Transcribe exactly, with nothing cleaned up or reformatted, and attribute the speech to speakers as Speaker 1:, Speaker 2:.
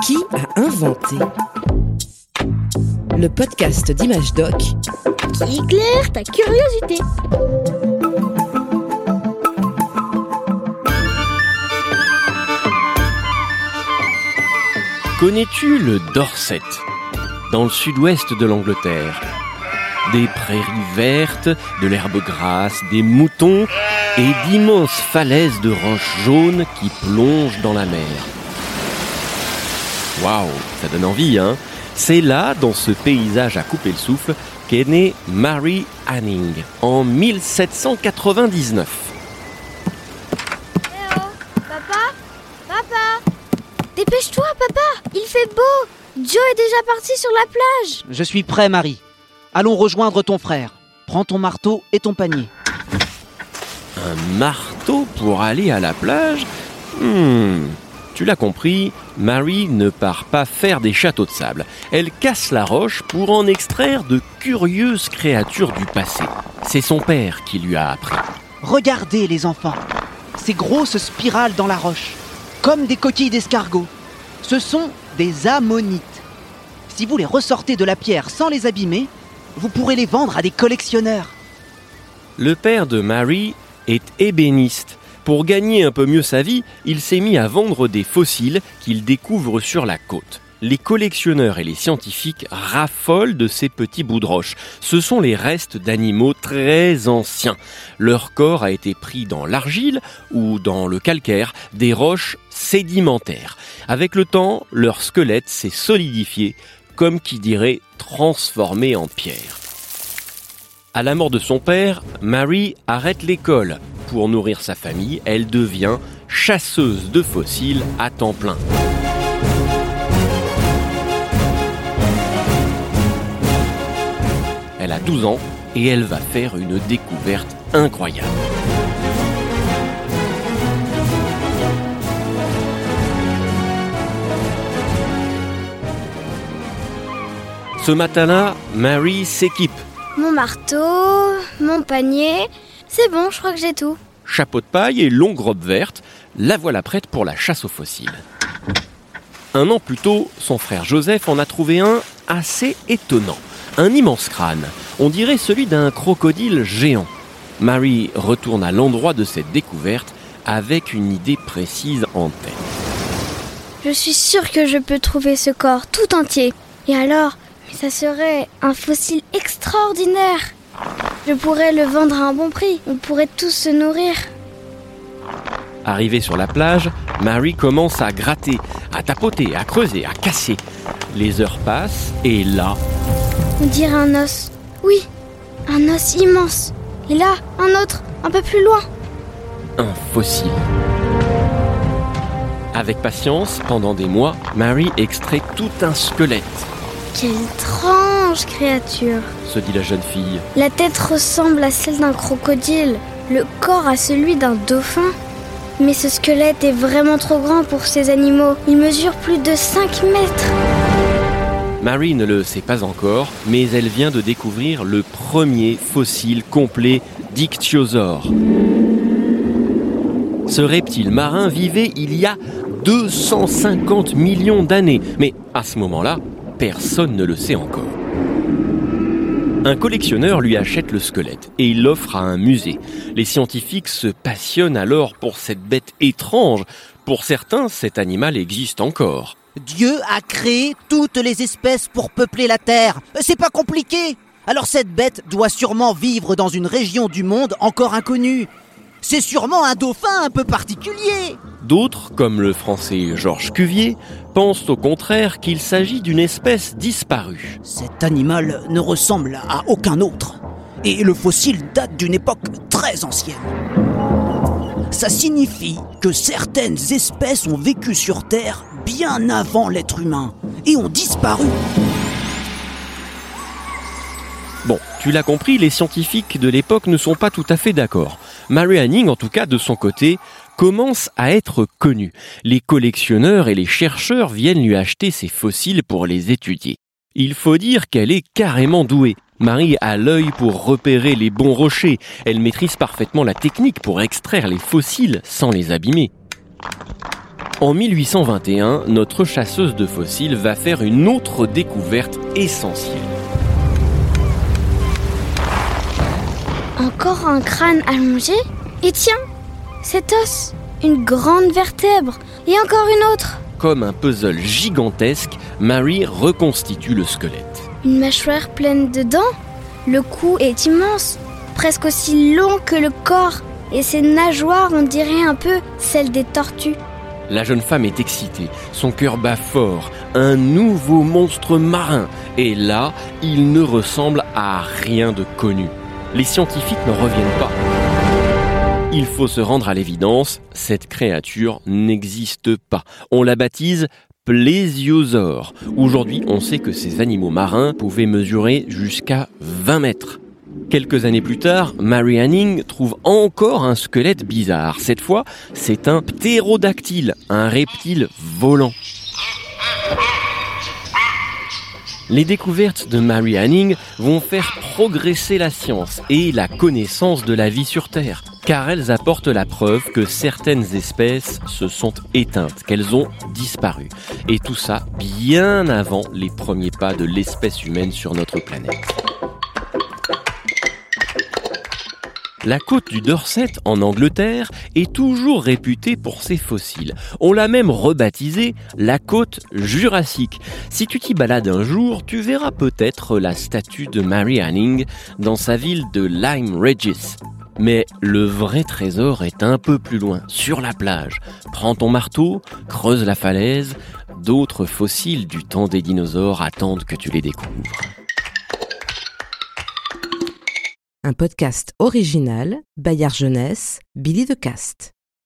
Speaker 1: Qui a inventé? Le podcast d'ImageDoc
Speaker 2: qui éclaire ta curiosité.
Speaker 3: Connais-tu le Dorset, dans le sud-ouest de l'Angleterre? Des prairies vertes, de l'herbe grasse, des moutons et d'immenses falaises de roches jaunes qui plongent dans la mer. Waouh, ça donne envie, hein? C'est là, dans ce paysage à couper le souffle, qu'est née Mary Anning en mille sept cent quatre-vingt-dix-neuf.
Speaker 2: Eh oh, papa, papa, dépêche-toi, papa, il fait beau. Joe est déjà parti sur la plage.
Speaker 4: Je suis prêt, Marie. Allons rejoindre ton frère. Prends ton marteau et ton panier.
Speaker 3: Un marteau pour aller à la plage? Hmm, tu l'as compris, Mary ne part pas faire des châteaux de sable. Elle casse la roche pour en extraire de curieuses créatures du passé. C'est son père qui lui a appris.
Speaker 4: Regardez, les enfants, ces grosses spirales dans la roche, comme des coquilles d'escargot. Ce sont des ammonites. Si vous les ressortez de la pierre sans les abîmer, vous pourrez les vendre à des collectionneurs.
Speaker 3: Le père de Mary est ébéniste. Pour gagner un peu mieux sa vie, il s'est mis à vendre des fossiles qu'il découvre sur la côte. Les collectionneurs et les scientifiques raffolent de ces petits bouts de roche. Ce sont les restes d'animaux très anciens. Leur corps a été pris dans l'argile ou dans le calcaire, des roches sédimentaires. Avec le temps, leur squelette s'est solidifié, comme qui dirait transformé en pierre. À la mort de son père, Mary arrête l'école. Pour nourrir sa famille, elle devient chasseuse de fossiles à temps plein. Elle a douze ans et elle va faire une découverte incroyable. Ce matin-là, Mary s'équipe.
Speaker 2: Mon marteau, mon panier, c'est bon, je crois que j'ai tout.
Speaker 3: Chapeau de paille et longue robe verte, la voilà prête pour la chasse aux fossiles. Un an plus tôt, son frère Joseph en a trouvé un assez étonnant. Un immense crâne, on dirait celui d'un crocodile géant. Mary retourne à l'endroit de cette découverte avec une idée précise en tête.
Speaker 2: Je suis sûre que je peux trouver ce corps tout entier. Et alors, ça serait un fossile extraordinaire. Je pourrais le vendre à un bon prix. On pourrait tous se nourrir.
Speaker 3: Arrivée sur la plage, Mary commence à gratter, à tapoter, à creuser, à casser. Les heures passent et là...
Speaker 2: On dirait un os. Oui, un os immense. Et là, un autre, un peu plus loin.
Speaker 3: Un fossile. Avec patience, pendant des mois, Mary extrait tout un squelette.
Speaker 2: Quelle étrange créature,
Speaker 3: se dit la jeune fille.
Speaker 2: La tête ressemble à celle d'un crocodile, le corps à celui d'un dauphin. Mais ce squelette est vraiment trop grand pour ces animaux. Il mesure plus de cinq mètres.
Speaker 3: Mary ne le sait pas encore, mais elle vient de découvrir le premier fossile complet d'ichthyosaure. Ce reptile marin vivait il y a deux cent cinquante millions d'années. Mais à ce moment-là, personne ne le sait encore. Un collectionneur lui achète le squelette et il l'offre à un musée. Les scientifiques se passionnent alors pour cette bête étrange. Pour certains, cet animal existe encore.
Speaker 4: Dieu a créé toutes les espèces pour peupler la Terre. C'est pas compliqué. Alors cette bête doit sûrement vivre dans une région du monde encore inconnue. C'est sûrement un dauphin un peu particulier.
Speaker 3: D'autres, comme le français Georges Cuvier, pensent au contraire qu'il s'agit d'une espèce disparue.
Speaker 4: Cet animal ne ressemble à aucun autre. Et le fossile date d'une époque très ancienne. Ça signifie que certaines espèces ont vécu sur Terre bien avant l'être humain et ont disparu.
Speaker 3: Bon, tu l'as compris, les scientifiques de l'époque ne sont pas tout à fait d'accord. Mary Anning, en tout cas de son côté, commence à être connue. Les collectionneurs et les chercheurs viennent lui acheter ses fossiles pour les étudier. Il faut dire qu'elle est carrément douée. Mary a l'œil pour repérer les bons rochers. Elle maîtrise parfaitement la technique pour extraire les fossiles sans les abîmer. En mille huit cent vingt et un, notre chasseuse de fossiles va faire une autre découverte essentielle.
Speaker 2: Encore un crâne allongé? Et tiens, cet os, une grande vertèbre, et encore une autre.
Speaker 3: Comme un puzzle gigantesque, Mary reconstitue le squelette.
Speaker 2: Une mâchoire pleine de dents? Le cou est immense, presque aussi long que le corps, et ses nageoires, on dirait un peu celles des tortues.
Speaker 3: La jeune femme est excitée, son cœur bat fort, un nouveau monstre marin. Et là, il ne ressemble à rien de connu. Les scientifiques n'en reviennent pas. Il faut se rendre à l'évidence, cette créature n'existe pas. On la baptise plésiosaure. Aujourd'hui, on sait que ces animaux marins pouvaient mesurer jusqu'à vingt mètres. Quelques années plus tard, Mary Anning trouve encore un squelette bizarre. Cette fois, c'est un ptérodactyle, un reptile volant. Les découvertes de Mary Anning vont faire progresser la science et la connaissance de la vie sur Terre, car elles apportent la preuve que certaines espèces se sont éteintes, qu'elles ont disparu. Et tout ça bien avant les premiers pas de l'espèce humaine sur notre planète. La côte du Dorset, en Angleterre, est toujours réputée pour ses fossiles. On l'a même rebaptisée la côte jurassique. Si tu t'y balades un jour, tu verras peut-être la statue de Mary Anning dans sa ville de Lyme Regis. Mais le vrai trésor est un peu plus loin, sur la plage. Prends ton marteau, creuse la falaise, d'autres fossiles du temps des dinosaures attendent que tu les découvres.
Speaker 1: Un podcast original, Bayard Jeunesse, Billy de Cast.